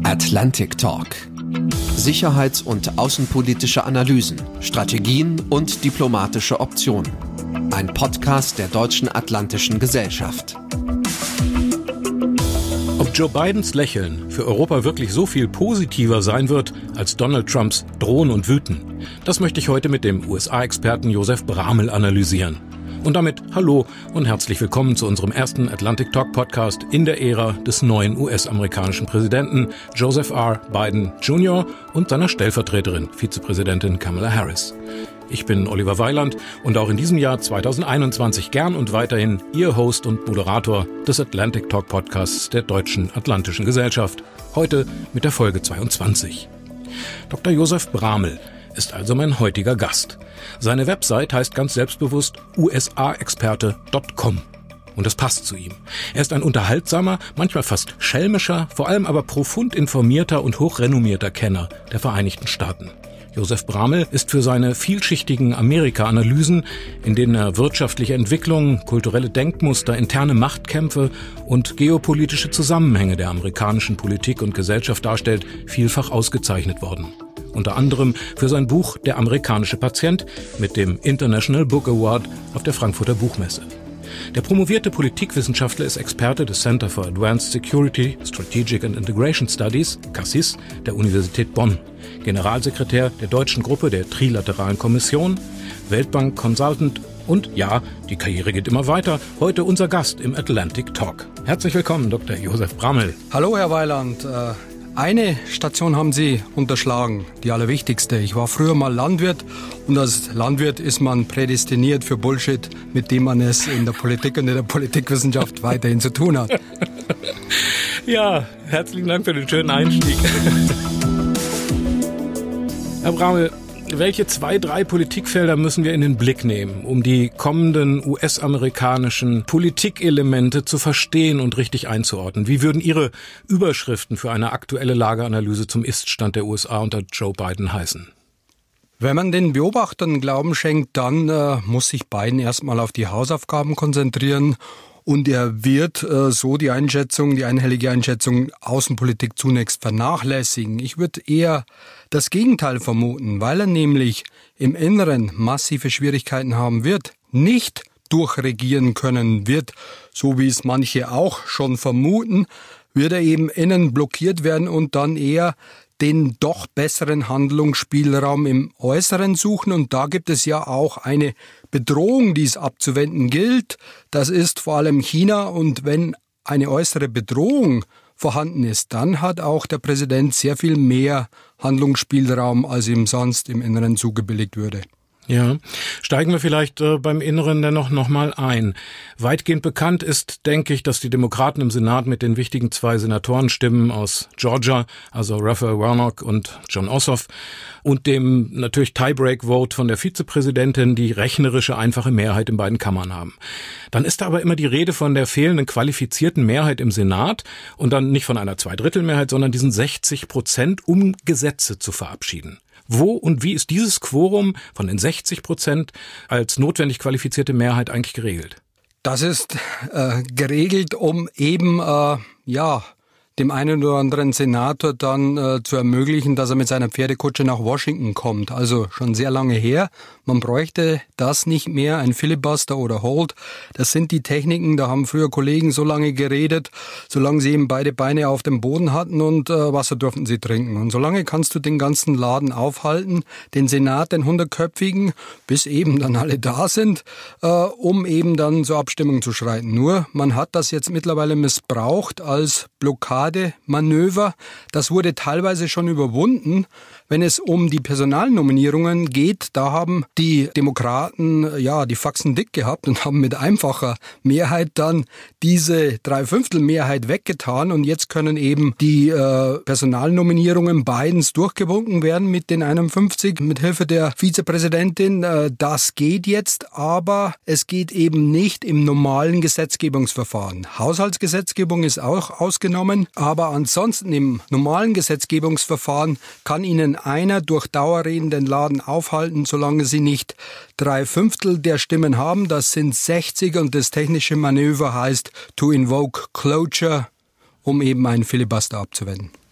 Atlantic Talk. Sicherheits- und außenpolitische Analysen, Strategien und diplomatische Optionen. Ein Podcast der Deutschen Atlantischen Gesellschaft. Ob Joe Bidens Lächeln für Europa wirklich so viel positiver sein wird als Donald Trumps Drohen und Wüten, das möchte ich heute mit dem USA-Experten Josef Bramel analysieren. Und damit hallo und herzlich willkommen zu unserem ersten Atlantic Talk Podcast in der Ära des neuen US-amerikanischen Präsidenten Joseph R. Biden Jr. und seiner Stellvertreterin, Vizepräsidentin Kamala Harris. Ich bin Oliver Weiland und auch in diesem Jahr 2021 gern und weiterhin Ihr Host und Moderator des Atlantic Talk Podcasts der Deutschen Atlantischen Gesellschaft. Heute mit der Folge 22. Dr. Josef Bramel ist also mein heutiger Gast. Seine Website heißt ganz selbstbewusst usaexperte.com. Und das passt zu ihm. Er ist ein unterhaltsamer, manchmal fast schelmischer, vor allem aber profund informierter und hochrenommierter Kenner der Vereinigten Staaten. Josef Bramel ist für seine vielschichtigen Amerika-Analysen, in denen er wirtschaftliche Entwicklung, kulturelle Denkmuster, interne Machtkämpfe und geopolitische Zusammenhänge der amerikanischen Politik und Gesellschaft darstellt, vielfach ausgezeichnet worden. Unter anderem für sein Buch Der amerikanische Patient mit dem International Book Award auf der Frankfurter Buchmesse. Der promovierte Politikwissenschaftler ist Experte des Center for Advanced Security, Strategic and Integration Studies, CASIS, der Universität Bonn, Generalsekretär der deutschen Gruppe der Trilateralen Kommission, Weltbank Consultant und ja, die Karriere geht immer weiter, heute unser Gast im Atlantic Talk. Herzlich willkommen, Dr. Josef Bramel. Hallo, Herr Weiland. Eine Station haben Sie unterschlagen, die allerwichtigste. Ich war früher mal Landwirt und als Landwirt ist man prädestiniert für Bullshit, mit dem man es in der Politik und in der Politikwissenschaft weiterhin zu tun hat. Ja, herzlichen Dank für den schönen Einstieg. Herr Bramel, welche 2-3 Politikfelder müssen wir in den Blick nehmen, um die kommenden US-amerikanischen Politikelemente zu verstehen und richtig einzuordnen? Wie würden Ihre Überschriften für eine aktuelle Lageanalyse zum Ist-Stand der USA unter Joe Biden heißen? Wenn man den Beobachtern Glauben schenkt, dann muss sich Biden erstmal auf die Hausaufgaben konzentrieren. Und er wird so die einhellige Einschätzung, Außenpolitik zunächst vernachlässigen. Ich würde eher das Gegenteil vermuten, weil er nämlich im Inneren massive Schwierigkeiten haben wird, nicht durchregieren können wird, so wie es manche auch schon vermuten, wird er eben innen blockiert werden und dann eher den doch besseren Handlungsspielraum im Äußeren suchen. Und da gibt es ja auch eine Bedrohung, die es abzuwenden gilt. Das ist vor allem China. Und wenn eine äußere Bedrohung vorhanden ist, dann hat auch der Präsident sehr viel mehr Handlungsspielraum, als ihm sonst im Inneren zugebilligt würde. Ja, steigen wir vielleicht beim Inneren dennoch nochmal ein. Weitgehend bekannt ist, denke ich, dass die Demokraten im Senat mit den wichtigen 2 Senatorenstimmen aus Georgia, also Raphael Warnock und Jon Ossoff, und dem natürlich Tiebreak-Vote von der Vizepräsidentin die rechnerische einfache Mehrheit in beiden Kammern haben. Dann ist da aber immer die Rede von der fehlenden qualifizierten Mehrheit im Senat und dann nicht von einer Zweidrittelmehrheit, sondern diesen 60%, um Gesetze zu verabschieden. Wo und wie ist dieses Quorum von den 60% als notwendig qualifizierte Mehrheit eigentlich geregelt? Das ist geregelt, um eben dem einen oder anderen Senator dann zu ermöglichen, dass er mit seiner Pferdekutsche nach Washington kommt. Also schon sehr lange her. Man bräuchte das nicht mehr, ein Filibuster oder Hold. Das sind die Techniken, da haben früher Kollegen so lange geredet, solange sie eben beide Beine auf dem Boden hatten und Wasser durften sie trinken. Und solange kannst du den ganzen Laden aufhalten, den Senat, den 100-köpfigen, bis eben dann alle da sind, um eben dann zur Abstimmung zu schreiten. Nur, man hat das jetzt mittlerweile missbraucht als Blockademanöver. Das wurde teilweise schon überwunden. Wenn es um die Personalnominierungen geht, da haben die Demokraten die Faxen dick gehabt und haben mit einfacher Mehrheit dann diese 3/5 weggetan und jetzt können eben die Personalnominierungen Bidens durchgewunken werden mit den 51 mit Hilfe der Vizepräsidentin. Das geht jetzt, aber es geht eben nicht im normalen Gesetzgebungsverfahren. Haushaltsgesetzgebung ist auch ausgenommen, aber ansonsten im normalen Gesetzgebungsverfahren kann Ihnen einer durch Dauerreden den Laden aufhalten, solange Sie nicht 3/5 der Stimmen haben. Das sind 60 und das technische Manöver heißt to invoke cloture, um eben einen Filibuster abzuwenden.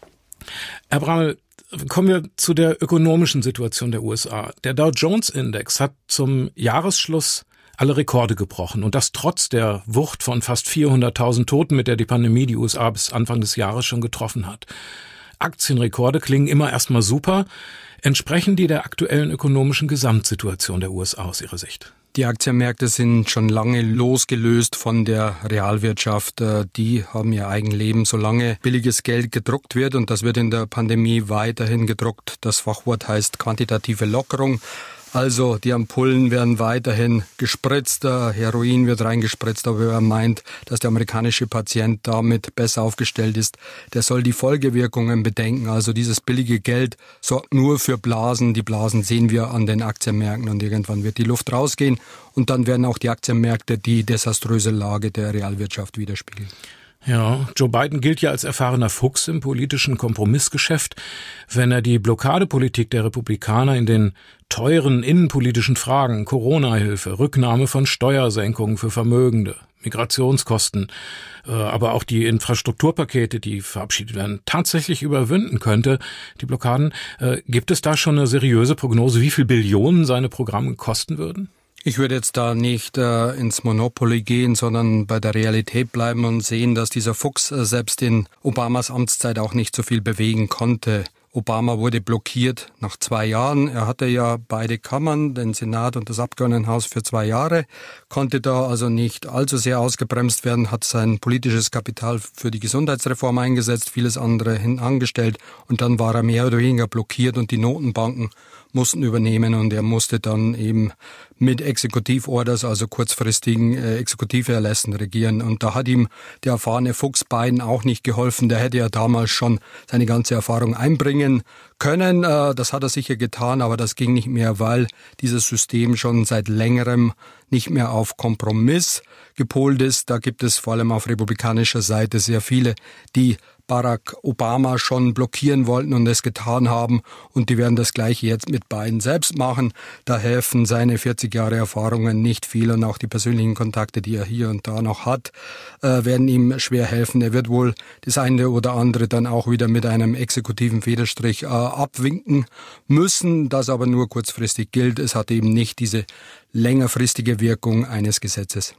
Herr Bramel, kommen wir zu der ökonomischen Situation der USA. Der Dow-Jones-Index hat zum Jahresschluss alle Rekorde gebrochen und das trotz der Wucht von fast 400.000 Toten, mit der die Pandemie die USA bis Anfang des Jahres schon getroffen hat. Aktienrekorde klingen immer erstmal super. Entsprechen die der aktuellen ökonomischen Gesamtsituation der USA aus Ihrer Sicht? Die Aktienmärkte sind schon lange losgelöst von der Realwirtschaft. Die haben ihr Eigenleben, solange billiges Geld gedruckt wird. Und das wird in der Pandemie weiterhin gedruckt. Das Fachwort heißt quantitative Lockerung. Also die Ampullen werden weiterhin gespritzt, Heroin wird reingespritzt, aber wer meint, dass der amerikanische Patient damit besser aufgestellt ist, der soll die Folgewirkungen bedenken. Also dieses billige Geld sorgt nur für Blasen. Die Blasen sehen wir an den Aktienmärkten und irgendwann wird die Luft rausgehen und dann werden auch die Aktienmärkte die desaströse Lage der Realwirtschaft widerspiegeln. Ja, Joe Biden gilt ja als erfahrener Fuchs im politischen Kompromissgeschäft. Wenn er die Blockadepolitik der Republikaner in den teuren innenpolitischen Fragen, Corona-Hilfe, Rücknahme von Steuersenkungen für Vermögende, Migrationskosten, aber auch die Infrastrukturpakete, die verabschiedet werden, tatsächlich überwinden könnte, die Blockaden, gibt es da schon eine seriöse Prognose, wie viel Billionen seine Programme kosten würden? Ich würde jetzt da nicht ins Monopoly gehen, sondern bei der Realität bleiben und sehen, dass dieser Fuchs selbst in Obamas Amtszeit auch nicht so viel bewegen konnte. Obama wurde blockiert nach 2 Jahren. Er hatte ja beide Kammern, den Senat und das Abgeordnetenhaus für 2 Jahre, konnte da also nicht allzu sehr ausgebremst werden, hat sein politisches Kapital für die Gesundheitsreform eingesetzt, vieles andere hintangestellt und dann war er mehr oder weniger blockiert und die Notenbanken mussten übernehmen und er musste dann eben mit Exekutivorders, also kurzfristigen Exekutiverlässen regieren. Und da hat ihm der erfahrene Fuchs Biden auch nicht geholfen. Der hätte ja damals schon seine ganze Erfahrung einbringen können. Das hat er sicher getan, aber das ging nicht mehr, weil dieses System schon seit längerem nicht mehr auf Kompromiss gepolt ist. Da gibt es vor allem auf republikanischer Seite sehr viele, die Barack Obama schon blockieren wollten und es getan haben. Und die werden das Gleiche jetzt mit Biden selbst machen. Da helfen seine 40 Jahre Erfahrungen nicht viel und auch die persönlichen Kontakte, die er hier und da noch hat, werden ihm schwer helfen. Er wird wohl das eine oder andere dann auch wieder mit einem exekutiven Federstrich abwinken müssen, das aber nur kurzfristig gilt. Es hat eben nicht diese längerfristige Wirkung eines Gesetzes.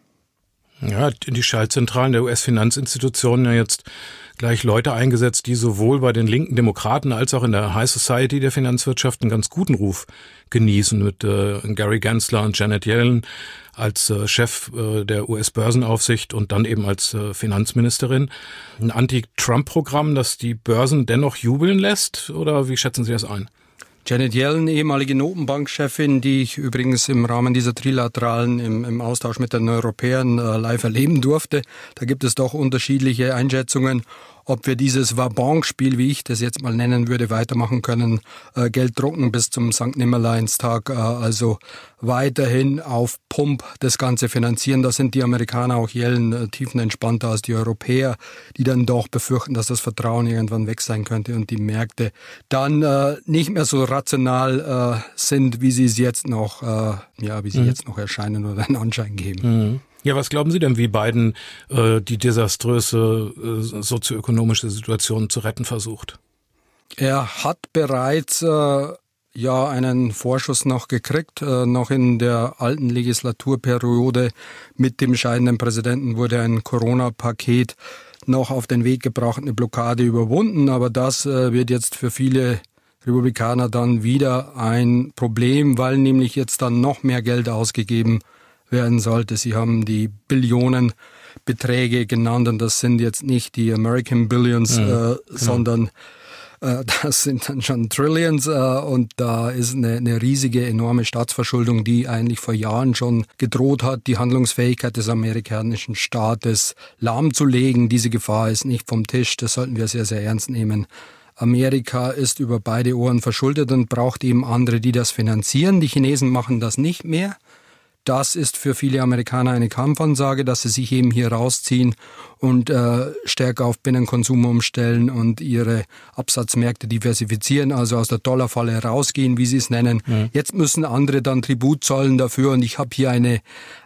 Ja, die Schaltzentralen der US-Finanzinstitutionen ja jetzt gleich Leute eingesetzt, die sowohl bei den linken Demokraten als auch in der High Society der Finanzwirtschaft einen ganz guten Ruf genießen, mit Gary Gensler und Janet Yellen als Chef der US-Börsenaufsicht und dann eben als Finanzministerin. Ein Anti-Trump-Programm, das die Börsen dennoch jubeln lässt, oder wie schätzen Sie das ein? Janet Yellen, ehemalige Notenbankchefin, die ich übrigens im Rahmen dieser Trilateralen im Austausch mit den Europäern live erleben durfte. Da gibt es doch unterschiedliche Einschätzungen, ob wir dieses Vabanque-Spiel, wie ich das jetzt mal nennen würde, weitermachen können, Geld drucken bis zum St. Nimmerleinstag, also weiterhin auf Pump das Ganze finanzieren. Da sind die Amerikaner, auch Yellen, tiefenentspannter als die Europäer, die dann doch befürchten, dass das Vertrauen irgendwann weg sein könnte und die Märkte dann nicht mehr so rational sind, wie sie es jetzt noch, jetzt noch erscheinen oder einen Anschein geben. Mhm. Ja, was glauben Sie denn, wie Biden die desaströse sozioökonomische Situation zu retten versucht? Er hat bereits einen Vorschuss noch gekriegt. Noch in der alten Legislaturperiode mit dem scheidenden Präsidenten wurde ein Corona-Paket noch auf den Weg gebracht, eine Blockade überwunden. Aber das wird jetzt für viele Republikaner dann wieder ein Problem, weil nämlich jetzt dann noch mehr Geld ausgegeben werden sollte. Sie haben die Billionenbeträge genannt und das sind jetzt nicht die American Billions, sondern das sind dann schon Trillions und da ist eine riesige, enorme Staatsverschuldung, die eigentlich vor Jahren schon gedroht hat, die Handlungsfähigkeit des amerikanischen Staates lahmzulegen. Diese Gefahr ist nicht vom Tisch, das sollten wir sehr, sehr ernst nehmen. Amerika ist über beide Ohren verschuldet und braucht eben andere, die das finanzieren. Die Chinesen machen das nicht mehr. Das ist für viele Amerikaner eine Kampfansage, dass sie sich eben hier rausziehen und stärker auf Binnenkonsum umstellen und ihre Absatzmärkte diversifizieren, also aus der Dollarfalle rausgehen, wie sie es nennen. Jetzt müssen andere dann Tribut zollen dafür und ich habe hier eine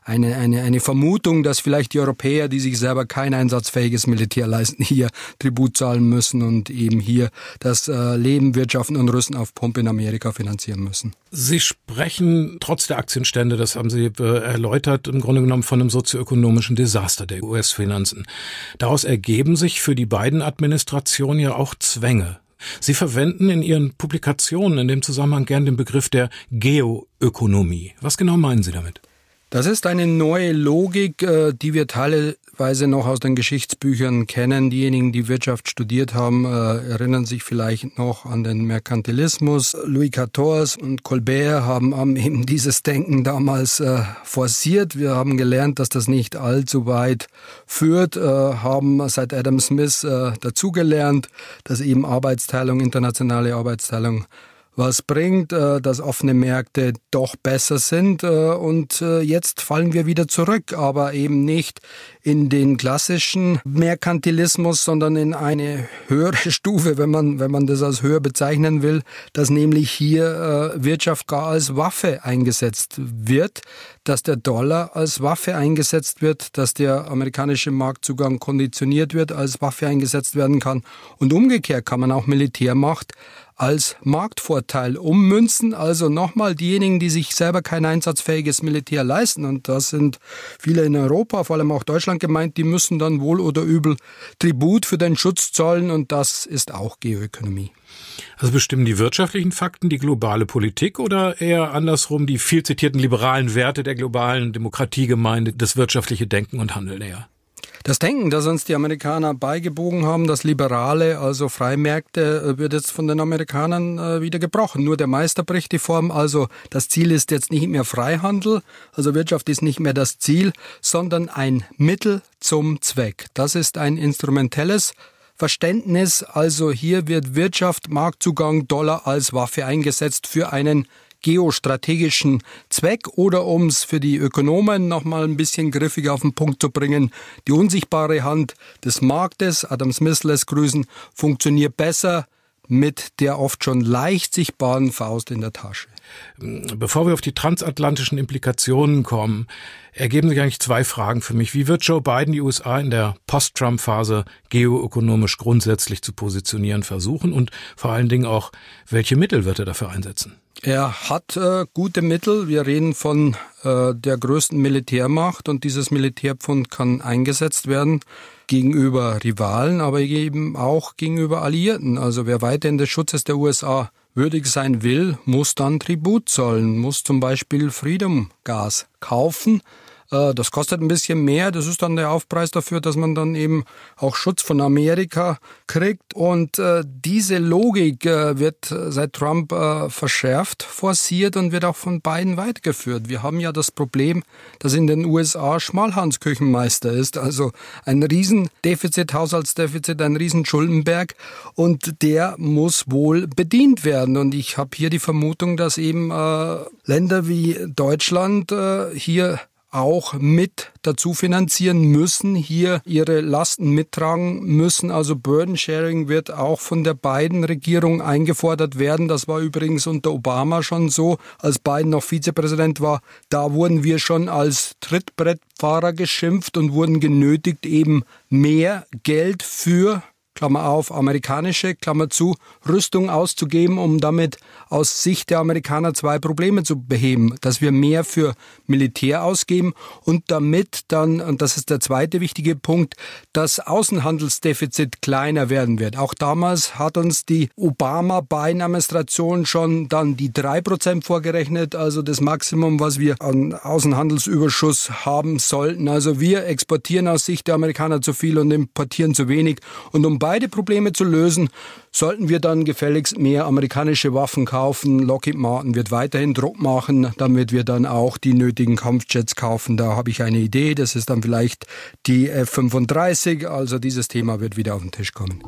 Vermutung, dass vielleicht die Europäer, die sich selber kein einsatzfähiges Militär leisten, hier Tribut zahlen müssen und eben hier das Leben, Wirtschaften und Rüsten auf Pump in Amerika finanzieren müssen. Sie sprechen trotz der Aktienstände, das haben Sie erläutert, im Grunde genommen von einem sozioökonomischen Desaster der US-Finanzen. Daraus ergeben sich für die beiden Administrationen ja auch Zwänge. Sie verwenden in Ihren Publikationen in dem Zusammenhang gern den Begriff der Geoökonomie. Was genau meinen Sie damit? Das ist eine neue Logik, die wir teilweise noch aus den Geschichtsbüchern kennen. Diejenigen, die Wirtschaft studiert haben, erinnern sich vielleicht noch an den Merkantilismus. Louis XIV und Colbert haben eben dieses Denken damals forciert. Wir haben gelernt, dass das nicht allzu weit führt, haben seit Adam Smith dazugelernt, dass eben Arbeitsteilung, internationale Arbeitsteilung was bringt, dass offene Märkte doch besser sind und jetzt fallen wir wieder zurück, aber eben nicht in den klassischen Merkantilismus, sondern in eine höhere Stufe, wenn man das als höher bezeichnen will, dass nämlich hier Wirtschaft gar als Waffe eingesetzt wird, dass der Dollar als Waffe eingesetzt wird, dass der amerikanische Marktzugang konditioniert wird, als Waffe eingesetzt werden kann und umgekehrt kann man auch Militärmacht als Marktvorteil ummünzen. Also nochmal diejenigen, die sich selber kein einsatzfähiges Militär leisten, und das sind viele in Europa, vor allem auch Deutschland gemeint, die müssen dann wohl oder übel Tribut für den Schutz zollen und das ist auch Geoökonomie. Also bestimmen die wirtschaftlichen Fakten die globale Politik oder eher andersrum die viel zitierten liberalen Werte der globalen Demokratiegemeinde, das wirtschaftliche Denken und Handeln eher? Das Denken, das uns die Amerikaner beigebogen haben, das Liberale, also Freimärkte, wird jetzt von den Amerikanern wieder gebrochen. Nur der Meister bricht die Form. Also das Ziel ist jetzt nicht mehr Freihandel, also Wirtschaft ist nicht mehr das Ziel, sondern ein Mittel zum Zweck. Das ist ein instrumentelles Verständnis. Also hier wird Wirtschaft, Marktzugang, Dollar als Waffe eingesetzt für einen geostrategischen Zweck oder um es für die Ökonomen nochmal ein bisschen griffiger auf den Punkt zu bringen, die unsichtbare Hand des Marktes, Adam Smith lässt grüßen, funktioniert besser mit der oft schon leicht sichtbaren Faust in der Tasche. Bevor wir auf die transatlantischen Implikationen kommen, ergeben sich eigentlich zwei Fragen für mich. Wie wird Joe Biden die USA in der Post-Trump-Phase geoökonomisch grundsätzlich zu positionieren versuchen und vor allen Dingen auch, welche Mittel wird er dafür einsetzen? Er hat gute Mittel. Wir reden von der größten Militärmacht und dieses Militärpfund kann eingesetzt werden gegenüber Rivalen, aber eben auch gegenüber Alliierten. Also wer weiterhin des Schutzes der USA würdig sein will, muss dann Tribut zollen, muss zum Beispiel Freedom Gas kaufen. Das kostet ein bisschen mehr, das ist dann der Aufpreis dafür, dass man dann eben auch Schutz von Amerika kriegt. Und diese Logik wird seit Trump verschärft, forciert und wird auch von Biden weitergeführt. Wir haben ja das Problem, dass in den USA Schmalhans Küchenmeister ist, also ein Riesendefizit, Haushaltsdefizit, ein Riesenschuldenberg und der muss wohl bedient werden. Und ich habe hier die Vermutung, dass eben Länder wie Deutschland hier auch mit dazu finanzieren müssen, hier ihre Lasten mittragen müssen. Also Burden Sharing wird auch von der Biden-Regierung eingefordert werden. Das war übrigens unter Obama schon so, als Biden noch Vizepräsident war. Da wurden wir schon als Trittbrettfahrer geschimpft und wurden genötigt, eben mehr Geld für, Klammer auf, amerikanische, Klammer zu, Rüstung auszugeben, um damit aus Sicht der Amerikaner zwei Probleme zu beheben. Dass wir mehr für Militär ausgeben und damit dann, und das ist der zweite wichtige Punkt, das Außenhandelsdefizit kleiner werden wird. Auch damals hat uns die Obama-Biden-Administration schon dann die 3% vorgerechnet, also das Maximum, was wir an Außenhandelsüberschuss haben sollten. Also wir exportieren aus Sicht der Amerikaner zu viel und importieren zu wenig. Und um beide Probleme zu lösen, sollten wir dann gefälligst mehr amerikanische Waffen kaufen. Lockheed Martin wird weiterhin Druck machen, damit wir dann auch die nötigen Kampfjets kaufen. Da habe ich eine Idee, das ist dann vielleicht die F-35. Also dieses Thema wird wieder auf den Tisch kommen.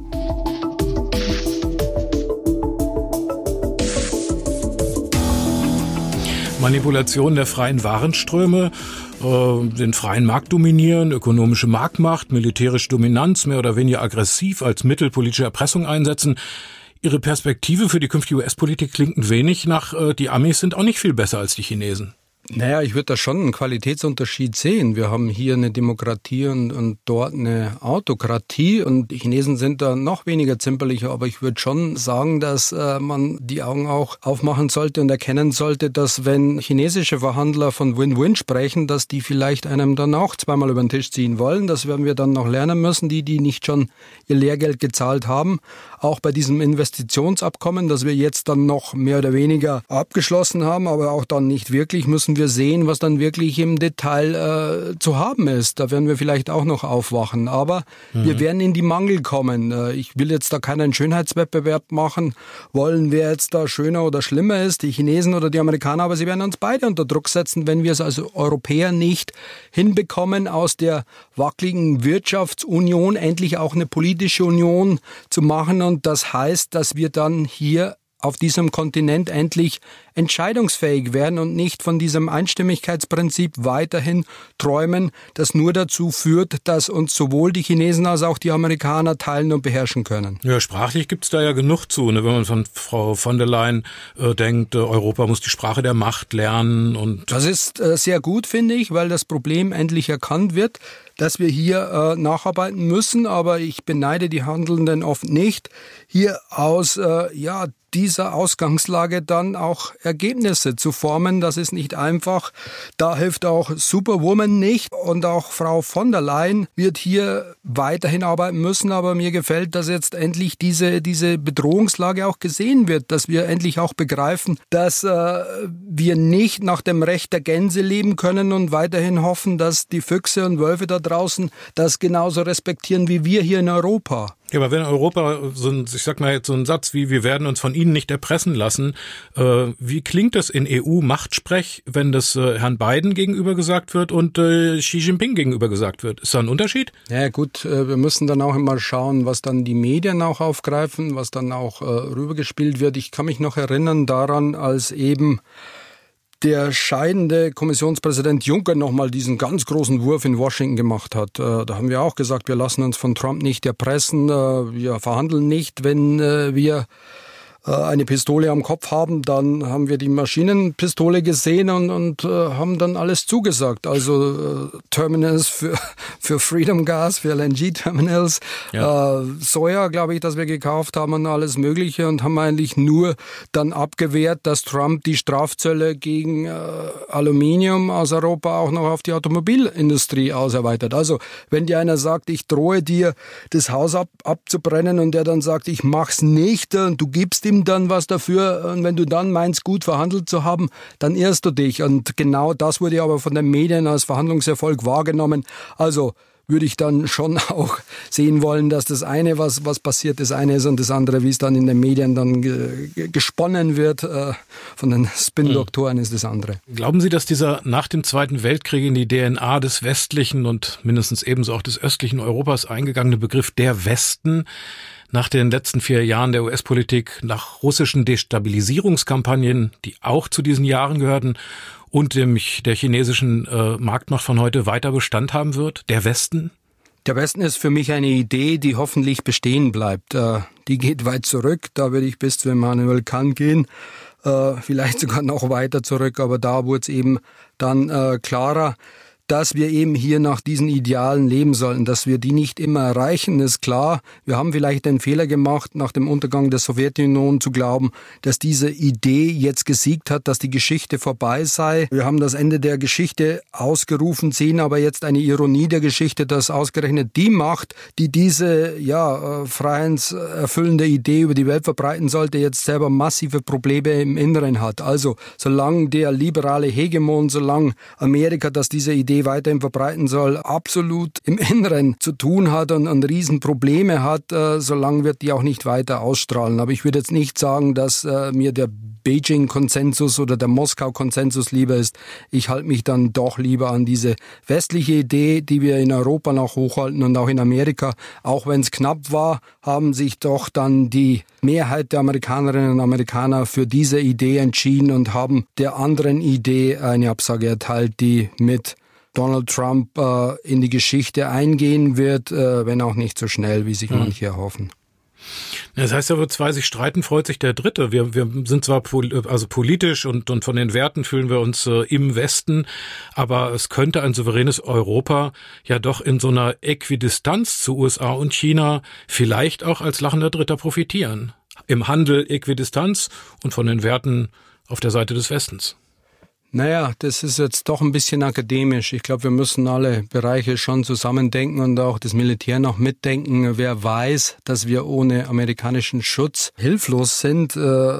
Manipulation der freien Warenströme den freien Markt dominieren, ökonomische Marktmacht, militärische Dominanz, mehr oder weniger aggressiv als Mittel politischer Erpressung einsetzen. Ihre Perspektive für die künftige US-Politik klingt ein wenig nach, die Amis sind auch nicht viel besser als die Chinesen. Naja, ich würde da schon einen Qualitätsunterschied sehen. Wir haben hier eine Demokratie und dort eine Autokratie und die Chinesen sind da noch weniger zimperlicher, aber ich würde schon sagen, dass man die Augen auch aufmachen sollte und erkennen sollte, dass wenn chinesische Verhandler von Win-Win sprechen, dass die vielleicht einem dann auch zweimal über den Tisch ziehen wollen. Das werden wir dann noch lernen müssen, die nicht schon ihr Lehrgeld gezahlt haben. Auch bei diesem Investitionsabkommen, das wir jetzt dann noch mehr oder weniger abgeschlossen haben, aber auch dann nicht wirklich, müssen wir sehen, was dann wirklich im Detail zu haben ist. Da werden wir vielleicht auch noch aufwachen. Aber wir werden in die Mangel kommen. Ich will jetzt da keinen Schönheitswettbewerb machen, wollen, wer jetzt da schöner oder schlimmer ist, die Chinesen oder die Amerikaner, aber sie werden uns beide unter Druck setzen, wenn wir es als Europäer nicht hinbekommen, aus der wackeligen Wirtschaftsunion endlich auch eine politische Union zu machen. Und das heißt, dass wir dann hier auf diesem Kontinent endlich entscheidungsfähig werden und nicht von diesem Einstimmigkeitsprinzip weiterhin träumen, das nur dazu führt, dass uns sowohl die Chinesen als auch die Amerikaner teilen und beherrschen können. Ja, sprachlich gibt's da ja genug zu, ne? Wenn man von Frau von der Leyen denkt, Europa muss die Sprache der Macht lernen. Und das ist sehr gut, finde ich, weil das Problem endlich erkannt wird, dass wir hier nacharbeiten müssen, aber ich beneide die Handelnden oft nicht, hier aus dieser Ausgangslage dann auch Ergebnisse zu formen. Das ist nicht einfach. Da hilft auch Superwoman nicht und auch Frau von der Leyen wird hier weiterhin arbeiten müssen, aber mir gefällt, dass jetzt endlich diese Bedrohungslage auch gesehen wird, dass wir endlich auch begreifen, dass wir nicht nach dem Recht der Gänse leben können und weiterhin hoffen, dass die Füchse und Wölfe da draußen das genauso respektieren wie wir hier in Europa. Ja, aber wenn Europa, ich sag mal jetzt so ein Satz wie, wir werden uns von Ihnen nicht erpressen lassen, wie klingt das in EU-Machtsprech, wenn das Herrn Biden gegenüber gesagt wird und Xi Jinping gegenüber gesagt wird? Ist da ein Unterschied? Ja gut, wir müssen dann auch immer schauen, was dann die Medien auch aufgreifen, was dann auch rübergespielt wird. Ich kann mich noch erinnern daran, als eben der scheidende Kommissionspräsident Juncker nochmal diesen ganz großen Wurf in Washington gemacht hat. Da haben wir auch gesagt, wir lassen uns von Trump nicht erpressen, wir verhandeln nicht, wenn wir eine Pistole am Kopf haben, dann haben wir die Maschinenpistole gesehen und haben dann alles zugesagt. Also Terminals für Freedom Gas, für LNG-Terminals, Soja, glaube ich, dass wir gekauft haben und alles Mögliche und haben eigentlich nur dann abgewehrt, dass Trump die Strafzölle gegen Aluminium aus Europa auch noch auf die Automobilindustrie ausweitet. Also wenn dir einer sagt, ich drohe dir das Haus abzubrennen und der dann sagt, ich mach's nicht und du gibst ihm dann was dafür und wenn du dann meinst, gut verhandelt zu haben, dann irrst du dich. Und genau das wurde aber von den Medien als Verhandlungserfolg wahrgenommen. Also würde ich dann schon auch sehen wollen, dass das eine, was passiert, das eine ist und das andere, wie es dann in den Medien dann gesponnen wird, von den Spin-Doktoren ist das andere. Glauben Sie, dass dieser nach dem Zweiten Weltkrieg in die DNA des westlichen und mindestens ebenso auch des östlichen Europas eingegangene Begriff der Westen nach den letzten 4 Jahren der US-Politik, nach russischen Destabilisierungskampagnen, die auch zu diesen Jahren gehörten, und der chinesischen Marktmacht von heute weiter Bestand haben wird? Der Westen? Der Westen ist für mich eine Idee, die hoffentlich bestehen bleibt. Die geht weit zurück, da würde ich bis zu Immanuel Kant gehen, vielleicht sogar noch weiter zurück, aber da wurde es eben dann klarer, dass wir eben hier nach diesen Idealen leben sollten, dass wir die nicht immer erreichen, ist klar. Wir haben vielleicht den Fehler gemacht, nach dem Untergang der Sowjetunion zu glauben, dass diese Idee jetzt gesiegt hat, dass die Geschichte vorbei sei. Wir haben das Ende der Geschichte ausgerufen, sehen aber jetzt eine Ironie der Geschichte, dass ausgerechnet die Macht, die diese freiheitserfüllende Idee über die Welt verbreiten sollte, jetzt selber massive Probleme im Inneren hat. Also solange der liberale Hegemon, solange Amerika, dass diese Idee weiterhin verbreiten soll, absolut im Inneren zu tun hat und Riesenprobleme hat, solange wird die auch nicht weiter ausstrahlen. Aber ich würde jetzt nicht sagen, dass mir der Beijing-Konsensus oder der Moskau-Konsensus lieber ist. Ich halte mich dann doch lieber an diese westliche Idee, die wir in Europa noch hochhalten und auch in Amerika. Auch wenn es knapp war, haben sich doch dann die Mehrheit der Amerikanerinnen und Amerikaner für diese Idee entschieden und haben der anderen Idee eine Absage erteilt, die mit Donald Trump in die Geschichte eingehen wird, wenn auch nicht so schnell, wie sich manche erhoffen. Das heißt ja, wo zwei sich streiten, freut sich der Dritte. Wir sind zwar politisch und von den Werten fühlen wir uns im Westen, aber es könnte ein souveränes Europa ja doch in so einer Äquidistanz zu USA und China vielleicht auch als lachender Dritter profitieren. Im Handel Äquidistanz und von den Werten auf der Seite des Westens. Naja, das ist jetzt doch ein bisschen akademisch. Ich glaube, wir müssen alle Bereiche schon zusammendenken und auch das Militär noch mitdenken. Wer weiß, dass wir ohne amerikanischen Schutz hilflos sind,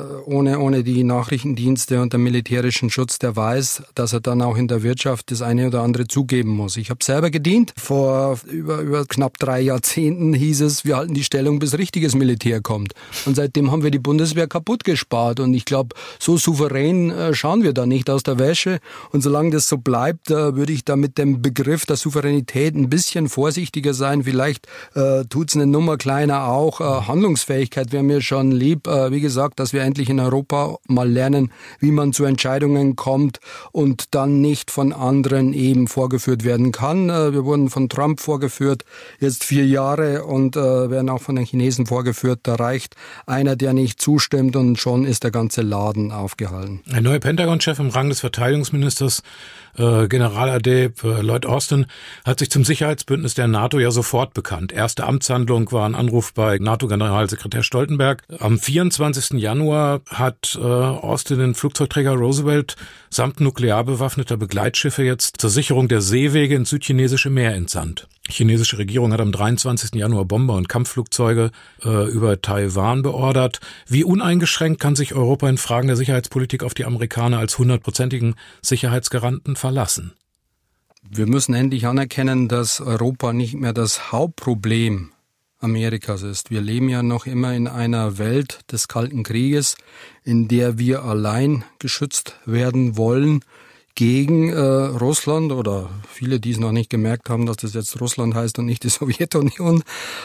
ohne die Nachrichtendienste und den militärischen Schutz, der weiß, dass er dann auch in der Wirtschaft das eine oder andere zugeben muss. Ich habe selber gedient. Vor über knapp 3 Jahrzehnten hieß es, wir halten die Stellung, bis richtiges Militär kommt. Und seitdem haben wir die Bundeswehr kaputt gespart. Und ich glaube, so souverän schauen wir da nicht aus der Wäsche. Und solange das so bleibt, würde ich da mit dem Begriff der Souveränität ein bisschen vorsichtiger sein. Vielleicht tut's eine Nummer kleiner auch. Handlungsfähigkeit wäre mir schon lieb. Wie gesagt, dass wir endlich in Europa mal lernen, wie man zu Entscheidungen kommt und dann nicht von anderen eben vorgeführt werden kann. Wir wurden von Trump vorgeführt, jetzt 4 Jahre und werden auch von den Chinesen vorgeführt. Da reicht einer, der nicht zustimmt und schon ist der ganze Laden aufgehalten. Ein neuer Pentagon-Chef im Rang des Verteidigungsministers, General AD Lloyd Austin, hat sich zum Sicherheitsbündnis der NATO ja sofort bekannt. Erste Amtshandlung war ein Anruf bei NATO-Generalsekretär Stoltenberg. Am 24. Januar hat Austin den Flugzeugträger Roosevelt samt nuklear bewaffneter Begleitschiffe jetzt zur Sicherung der Seewege ins südchinesische Meer entsandt. Die chinesische Regierung hat am 23. Januar Bomber und Kampfflugzeuge über Taiwan beordert. Wie uneingeschränkt kann sich Europa in Fragen der Sicherheitspolitik auf die Amerikaner als 100%igen Sicherheitsgaranten verlassen? Wir müssen endlich anerkennen, dass Europa nicht mehr das Hauptproblem Amerikas ist. Wir leben ja noch immer in einer Welt des Kalten Krieges, in der wir allein geschützt werden wollen gegen Russland oder viele, die es noch nicht gemerkt haben, dass das jetzt Russland heißt und nicht die Sowjetunion,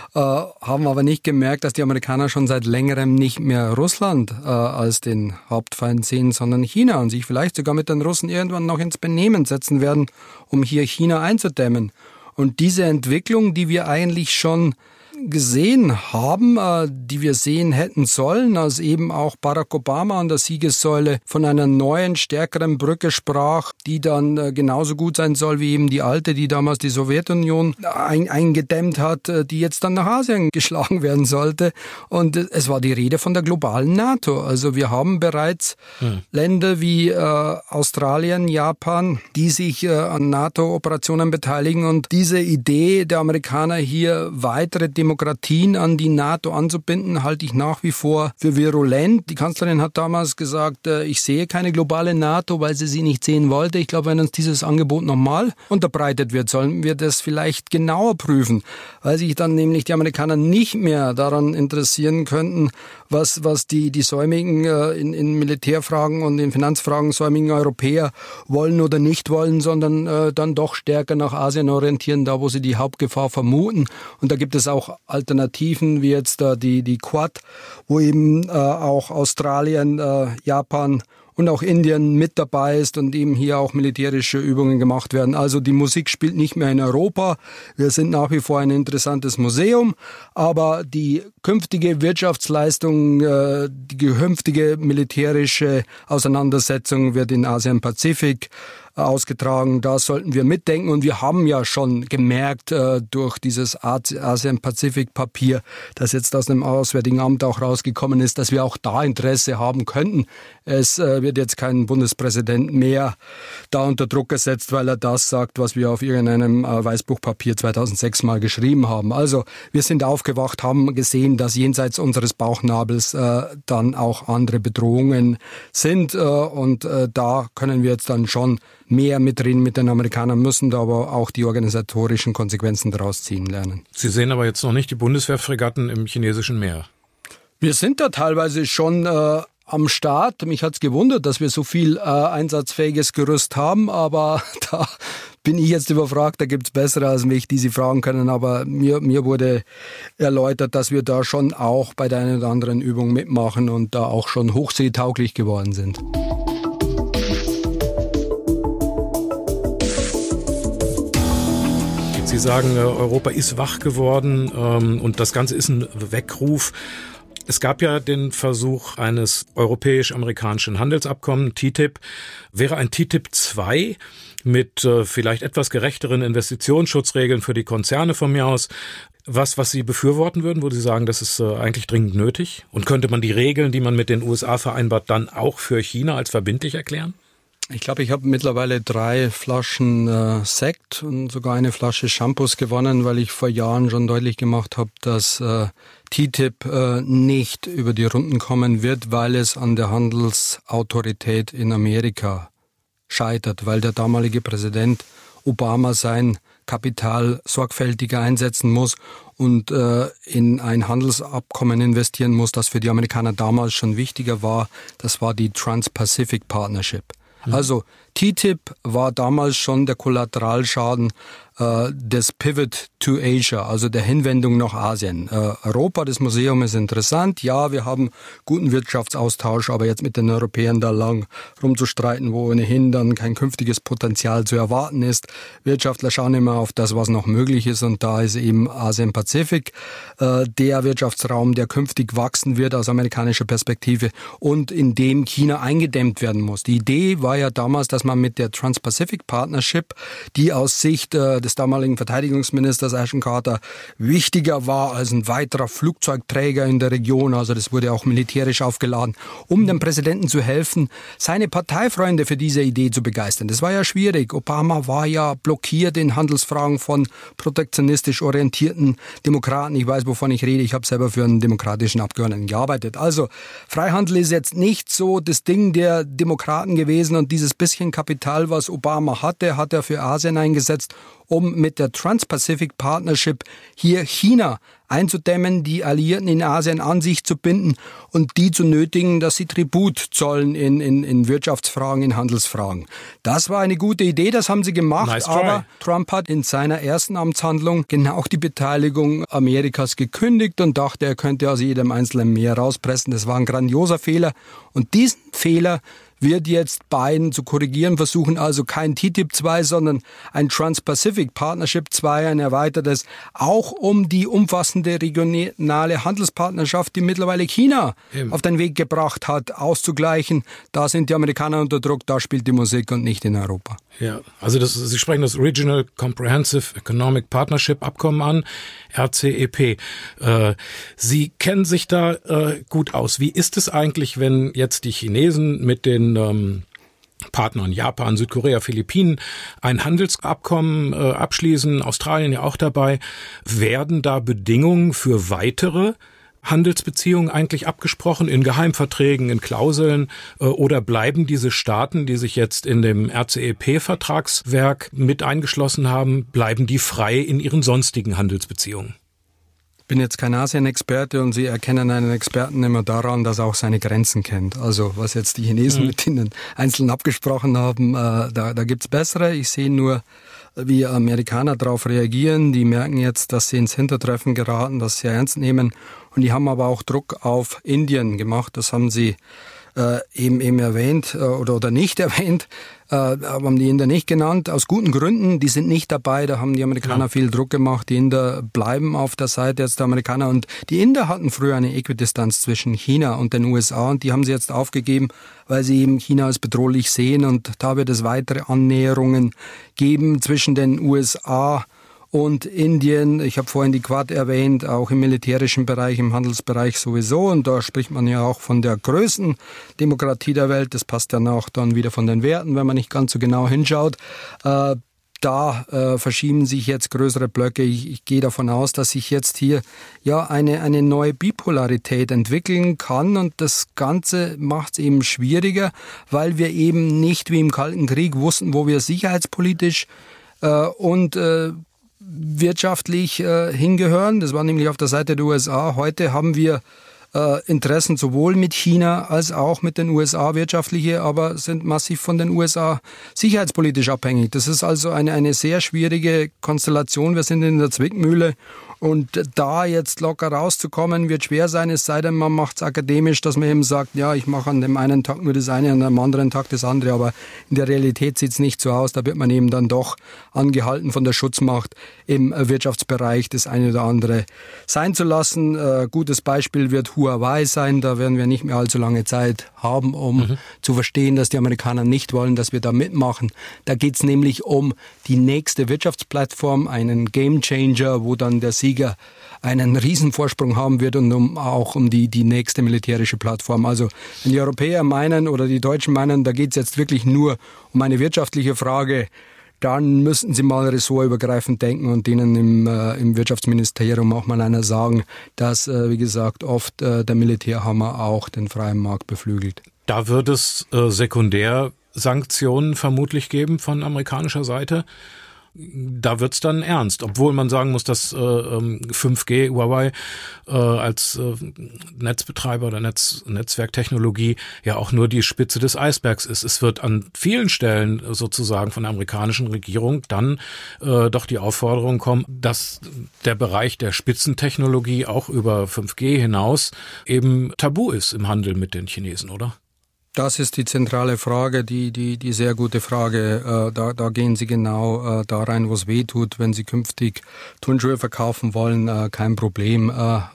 haben aber nicht gemerkt, dass die Amerikaner schon seit längerem nicht mehr Russland als den Hauptfeind sehen, sondern China und sich vielleicht sogar mit den Russen irgendwann noch ins Benehmen setzen werden, um hier China einzudämmen. Und diese Entwicklung, die wir eigentlich schon gesehen haben, die wir sehen hätten sollen, als eben auch Barack Obama an der Siegessäule von einer neuen, stärkeren Brücke sprach, die dann genauso gut sein soll wie eben die alte, die damals die Sowjetunion eingedämmt hat, die jetzt dann nach Asien geschlagen werden sollte. Und es war die Rede von der globalen NATO. Also wir haben bereits Länder wie Australien, Japan, die sich an NATO-Operationen beteiligen und diese Idee der Amerikaner hier weitere Demokratien an die NATO anzubinden, halte ich nach wie vor für virulent. Die Kanzlerin hat damals gesagt, ich sehe keine globale NATO, weil sie nicht sehen wollte. Ich glaube, wenn uns dieses Angebot nochmal unterbreitet wird, sollen wir das vielleicht genauer prüfen, weil sich dann nämlich die Amerikaner nicht mehr daran interessieren könnten, was die säumigen in Militärfragen und in Finanzfragen säumigen Europäer wollen oder nicht wollen, sondern dann doch stärker nach Asien orientieren, da wo sie die Hauptgefahr vermuten. Und da gibt es auch Alternativen, wie jetzt die Quad, wo eben auch Australien, Japan und auch Indien mit dabei ist und eben hier auch militärische Übungen gemacht werden. Also die Musik spielt nicht mehr in Europa. Wir sind nach wie vor ein interessantes Museum, aber die künftige Wirtschaftsleistung, die künftige militärische Auseinandersetzung wird in Asien-Pazifik ausgetragen. Da sollten wir mitdenken und wir haben ja schon gemerkt durch dieses Asien-Pazifik-Papier, das jetzt aus dem Auswärtigen Amt auch rausgekommen ist, dass wir auch da Interesse haben könnten. Es wird jetzt kein Bundespräsident mehr da unter Druck gesetzt, weil er das sagt, was wir auf irgendeinem Weißbuchpapier 2006 mal geschrieben haben. Also wir sind aufgewacht, haben gesehen, dass jenseits unseres Bauchnabels dann auch andere Bedrohungen sind und da können wir jetzt dann schon mehr mitreden mit den Amerikanern, müssen da aber auch die organisatorischen Konsequenzen daraus ziehen lernen. Sie sehen aber jetzt noch nicht die Bundeswehrfregatten im chinesischen Meer. Wir sind da teilweise schon am Start. Mich hat's gewundert, dass wir so viel einsatzfähiges Gerüst haben, aber da bin ich jetzt überfragt, da gibt's bessere als mich, die Sie fragen können, aber mir wurde erläutert, dass wir da schon auch bei der einen oder anderen Übung mitmachen und da auch schon hochseetauglich geworden sind. Sie sagen, Europa ist wach geworden und das Ganze ist ein Weckruf. Es gab ja den Versuch eines europäisch-amerikanischen Handelsabkommens, TTIP. Wäre ein TTIP 2 mit vielleicht etwas gerechteren Investitionsschutzregeln für die Konzerne von mir aus, was Sie befürworten würden, wo Sie sagen, das ist eigentlich dringend nötig? Und könnte man die Regeln, die man mit den USA vereinbart, dann auch für China als verbindlich erklären? Ich glaube, ich habe mittlerweile 3 Flaschen Sekt und sogar eine Flasche Shampoos gewonnen, weil ich vor Jahren schon deutlich gemacht habe, dass TTIP nicht über die Runden kommen wird, weil es an der Handelsautorität in Amerika scheitert, weil der damalige Präsident Obama sein Kapital sorgfältiger einsetzen muss und in ein Handelsabkommen investieren muss, das für die Amerikaner damals schon wichtiger war. Das war die Trans-Pacific Partnership. Also TTIP war damals schon der Kollateralschaden des Pivot to Asia, also der Hinwendung nach Asien. Europa, das Museum ist interessant. Ja, wir haben guten Wirtschaftsaustausch, aber jetzt mit den Europäern da lang rumzustreiten, wo ohnehin dann kein künftiges Potenzial zu erwarten ist. Wirtschaftler schauen immer auf das, was noch möglich ist, und da ist eben Asien-Pazifik der Wirtschaftsraum, der künftig wachsen wird aus amerikanischer Perspektive und in dem China eingedämmt werden muss. Die Idee war ja damals, dass man mit der Trans-Pacific Partnership, die aus Sicht des damaligen Verteidigungsministers Ashton Carter wichtiger war als ein weiterer Flugzeugträger in der Region, also das wurde auch militärisch aufgeladen, um dem Präsidenten zu helfen, seine Parteifreunde für diese Idee zu begeistern. Das war ja schwierig. Obama war ja blockiert in Handelsfragen von protektionistisch orientierten Demokraten. Ich weiß, wovon ich rede. Ich habe selber für einen demokratischen Abgeordneten gearbeitet. Also Freihandel ist jetzt nicht so das Ding der Demokraten gewesen, und dieses bisschen Kapital, was Obama hatte, hat er für Asien eingesetzt, um mit der Trans-Pacific Partnership hier China einzudämmen, die Alliierten in Asien an sich zu binden und die zu nötigen, dass sie Tribut zollen in Wirtschaftsfragen, in Handelsfragen. Das war eine gute Idee, das haben sie gemacht, nice, aber Trump hat in seiner ersten Amtshandlung genau die Beteiligung Amerikas gekündigt und dachte, er könnte aus jedem Einzelnen mehr rauspressen. Das war ein grandioser Fehler, und diesen Fehler wird jetzt Biden zu korrigieren versuchen, also kein TTIP 2, sondern ein Trans-Pacific Partnership 2, ein erweitertes, auch um die umfassende regionale Handelspartnerschaft, die mittlerweile China auf den Weg gebracht hat, auszugleichen. Da sind die Amerikaner unter Druck, da spielt die Musik und nicht in Europa. Ja, also Sie sprechen das Regional Comprehensive Economic Partnership Abkommen an, RCEP. Sie kennen sich da gut aus. Wie ist es eigentlich, wenn jetzt die Chinesen mit den Partnern Japan, Südkorea, Philippinen ein Handelsabkommen abschließen, Australien ja auch dabei? Werden da Bedingungen für weitere Handelsbeziehungen eigentlich abgesprochen, in Geheimverträgen, in Klauseln, oder bleiben diese Staaten, die sich jetzt in dem RCEP-Vertragswerk mit eingeschlossen haben, bleiben die frei in ihren sonstigen Handelsbeziehungen? Ich bin jetzt kein Asien-Experte, und Sie erkennen einen Experten immer daran, dass er auch seine Grenzen kennt. Also was jetzt die Chinesen mit ihnen einzeln abgesprochen haben, da gibt's bessere. Ich sehe nur, wie Amerikaner darauf reagieren. Die merken jetzt, dass sie ins Hintertreffen geraten, das sehr ernst nehmen. Und die haben aber auch Druck auf Indien gemacht. Das haben sie eben erwähnt oder nicht erwähnt, haben die Inder nicht genannt, aus guten Gründen. Die sind nicht dabei, da haben die Amerikaner viel Druck gemacht. Die Inder bleiben auf der Seite jetzt der Amerikaner, und die Inder hatten früher eine Äquidistanz zwischen China und den USA, und die haben sie jetzt aufgegeben, weil sie eben China als bedrohlich sehen, und da wird es weitere Annäherungen geben zwischen den USA und Indien. Ich habe vorhin die Quad erwähnt, auch im militärischen Bereich, im Handelsbereich sowieso. Und da spricht man ja auch von der größten Demokratie der Welt. Das passt dann auch dann wieder von den Werten, wenn man nicht ganz so genau hinschaut. Da verschieben sich jetzt größere Blöcke. Ich gehe davon aus, dass sich jetzt hier ja eine neue Bipolarität entwickeln kann, und das Ganze macht es eben schwieriger, weil wir eben nicht wie im Kalten Krieg wussten, wo wir sicherheitspolitisch und wirtschaftlich hingehören. Das war nämlich auf der Seite der USA. Heute haben wir Interessen sowohl mit China als auch mit den USA wirtschaftliche, aber sind massiv von den USA sicherheitspolitisch abhängig. Das ist also eine sehr schwierige Konstellation. Wir sind in der Zwickmühle. Und da jetzt locker rauszukommen, wird schwer sein, es sei denn, man macht es akademisch, dass man eben sagt, ja, ich mache an dem einen Tag nur das eine, an dem anderen Tag das andere. Aber in der Realität sieht es nicht so aus. Da wird man eben dann doch angehalten von der Schutzmacht im Wirtschaftsbereich das eine oder andere sein zu lassen. Gutes Beispiel wird Huawei sein. Da werden wir nicht mehr allzu lange Zeit haben, um zu verstehen, dass die Amerikaner nicht wollen, dass wir da mitmachen. Da geht es nämlich um die nächste Wirtschaftsplattform, einen Gamechanger, wo dann der Sieger einen Riesenvorsprung haben wird und auch um die nächste militärische Plattform. Also wenn die Europäer meinen oder die Deutschen meinen, da geht es jetzt wirklich nur um eine wirtschaftliche Frage, dann müssten sie mal ressortübergreifend denken und denen im Wirtschaftsministerium auch mal einer sagen, dass, wie gesagt, oft der Militärhammer auch den freien Markt beflügelt. Da wird es Sekundärsanktionen vermutlich geben von amerikanischer Seite. Da wird's dann ernst, obwohl man sagen muss, dass 5G Huawei als Netzbetreiber oder Netzwerktechnologie ja auch nur die Spitze des Eisbergs ist. Es wird an vielen Stellen sozusagen von der amerikanischen Regierung dann doch die Aufforderung kommen, dass der Bereich der Spitzentechnologie auch über 5G hinaus eben tabu ist im Handel mit den Chinesen, oder? Das ist die zentrale Frage, die sehr gute Frage. Da gehen Sie genau da rein, wo es weh tut. Wenn Sie künftig Turnschuhe verkaufen wollen, kein Problem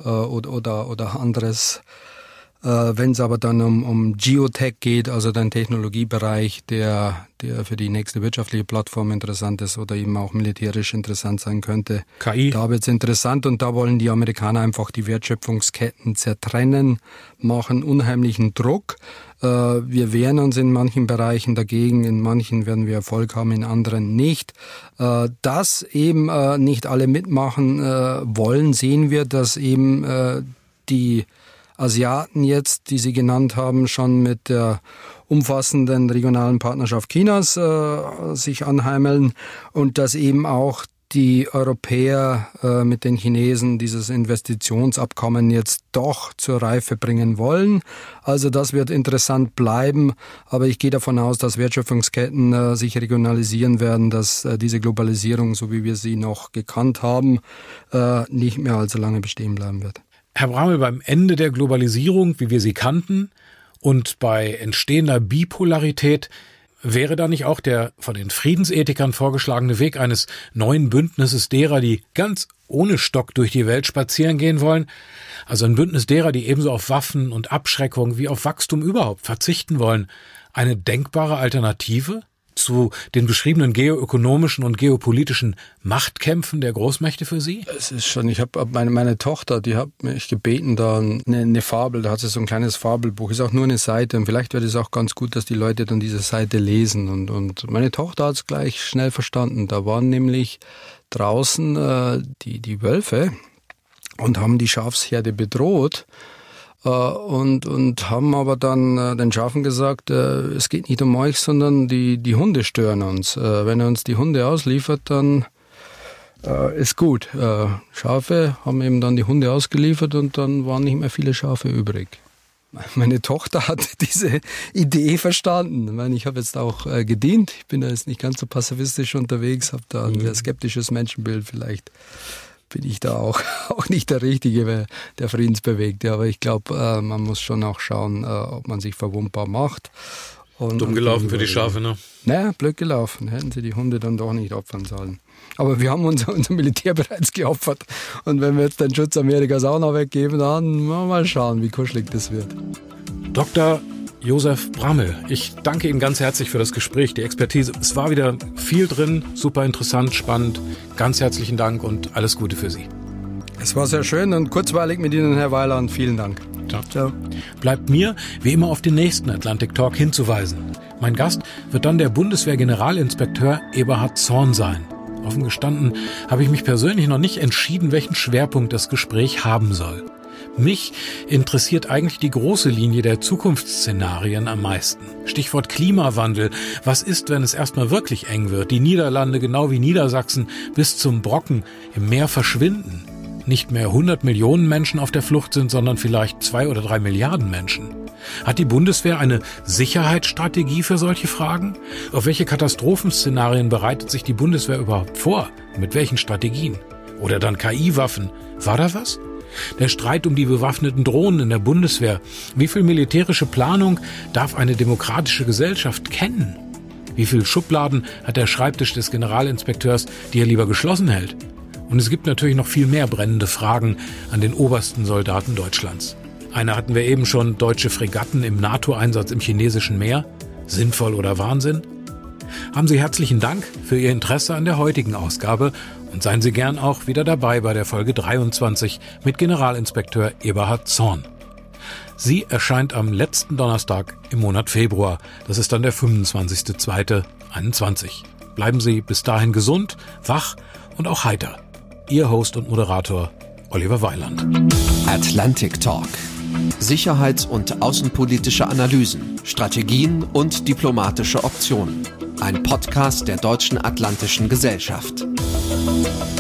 oder anderes. Wenn es aber dann um Geotech geht, also den Technologiebereich, der für die nächste wirtschaftliche Plattform interessant ist oder eben auch militärisch interessant sein könnte. KI. Da wird es interessant und da wollen die Amerikaner einfach die Wertschöpfungsketten zertrennen, machen unheimlichen Druck. Wir wehren uns in manchen Bereichen dagegen, in manchen werden wir Erfolg haben, in anderen nicht. Dass eben nicht alle mitmachen wollen, sehen wir, dass eben die Asiaten jetzt, die Sie genannt haben, schon mit der umfassenden regionalen Partnerschaft Chinas sich anheimeln und dass eben auch die Europäer mit den Chinesen dieses Investitionsabkommen jetzt doch zur Reife bringen wollen. Also das wird interessant bleiben, aber ich gehe davon aus, dass Wertschöpfungsketten sich regionalisieren werden, dass diese Globalisierung, so wie wir sie noch gekannt haben, nicht mehr allzu lange bestehen bleiben wird. Herr Bramel, beim Ende der Globalisierung, wie wir sie kannten, und bei entstehender Bipolarität, wäre da nicht auch der von den Friedensethikern vorgeschlagene Weg eines neuen Bündnisses derer, die ganz ohne Stock durch die Welt spazieren gehen wollen? Also ein Bündnis derer, die ebenso auf Waffen und Abschreckung wie auf Wachstum überhaupt verzichten wollen. Eine denkbare Alternative zu den beschriebenen geoökonomischen und geopolitischen Machtkämpfen der Großmächte für Sie? Es ist schon, ich habe meine Tochter, die hat mich gebeten, da eine Fabel, da hat sie so ein kleines Fabelbuch, ist auch nur eine Seite und vielleicht wäre es auch ganz gut, dass die Leute dann diese Seite lesen und meine Tochter hat es gleich schnell verstanden. Da waren nämlich draußen die Wölfe und haben die Schafsherde bedroht. Und haben aber dann den Schafen gesagt, es geht nicht um euch, sondern die Hunde stören uns. Wenn ihr uns die Hunde ausliefert, dann ist gut. Schafe haben eben dann die Hunde ausgeliefert und dann waren nicht mehr viele Schafe übrig. Meine Tochter hat diese Idee verstanden. Ich meine, ich habe jetzt auch gedient. Ich bin da jetzt nicht ganz so pazifistisch unterwegs, habe da ein sehr skeptisches Menschenbild vielleicht. Bin ich da auch nicht der Richtige, der Friedensbewegte. Aber ich glaube, man muss schon auch schauen, ob man sich verwundbar macht. Dumm gelaufen für die Schafe, ne? Naja, blöd gelaufen. Hätten sie die Hunde dann doch nicht opfern sollen. Aber wir haben unser Militär bereits geopfert. Und wenn wir jetzt den Schutz Amerikas auch noch weggeben, dann mal schauen, wie kuschelig das wird. Dr. Josef Bramel, ich danke Ihnen ganz herzlich für das Gespräch, die Expertise. Es war wieder viel drin, super interessant, spannend. Ganz herzlichen Dank und alles Gute für Sie. Es war sehr schön und kurzweilig mit Ihnen, Herr Weiland. Vielen Dank. Ciao. Ciao. Bleibt mir, wie immer, auf den nächsten Atlantic Talk hinzuweisen. Mein Gast wird dann der Bundeswehr-Generalinspekteur Eberhard Zorn sein. Offen gestanden habe ich mich persönlich noch nicht entschieden, welchen Schwerpunkt das Gespräch haben soll. Mich interessiert eigentlich die große Linie der Zukunftsszenarien am meisten. Stichwort Klimawandel. Was ist, wenn es erstmal wirklich eng wird? Die Niederlande, genau wie Niedersachsen, bis zum Brocken im Meer verschwinden. nicht mehr 100 Millionen Menschen auf der Flucht sind, sondern vielleicht 2 oder 3 Milliarden Menschen? Hat die Bundeswehr eine Sicherheitsstrategie für solche Fragen? Auf welche Katastrophenszenarien bereitet sich die Bundeswehr überhaupt vor? Mit welchen Strategien? Oder dann KI-Waffen. War da was? Der Streit um die bewaffneten Drohnen in der Bundeswehr. Wie viel militärische Planung darf eine demokratische Gesellschaft kennen? Wie viel Schubladen hat der Schreibtisch des Generalinspekteurs, die er lieber geschlossen hält? Und es gibt natürlich noch viel mehr brennende Fragen an den obersten Soldaten Deutschlands. Eine hatten wir eben schon, deutsche Fregatten im NATO-Einsatz im chinesischen Meer. Sinnvoll oder Wahnsinn? Haben Sie herzlichen Dank für Ihr Interesse an der heutigen Ausgabe und seien Sie gern auch wieder dabei bei der Folge 23 mit Generalinspekteur Eberhard Zorn. Sie erscheint am letzten Donnerstag im Monat Februar. Das ist dann der 25.02.21. Bleiben Sie bis dahin gesund, wach und auch heiter. Ihr Host und Moderator Oliver Weiland. Atlantic Talk. Sicherheits- und außenpolitische Analysen, Strategien und diplomatische Optionen. Ein Podcast der Deutschen Atlantischen Gesellschaft.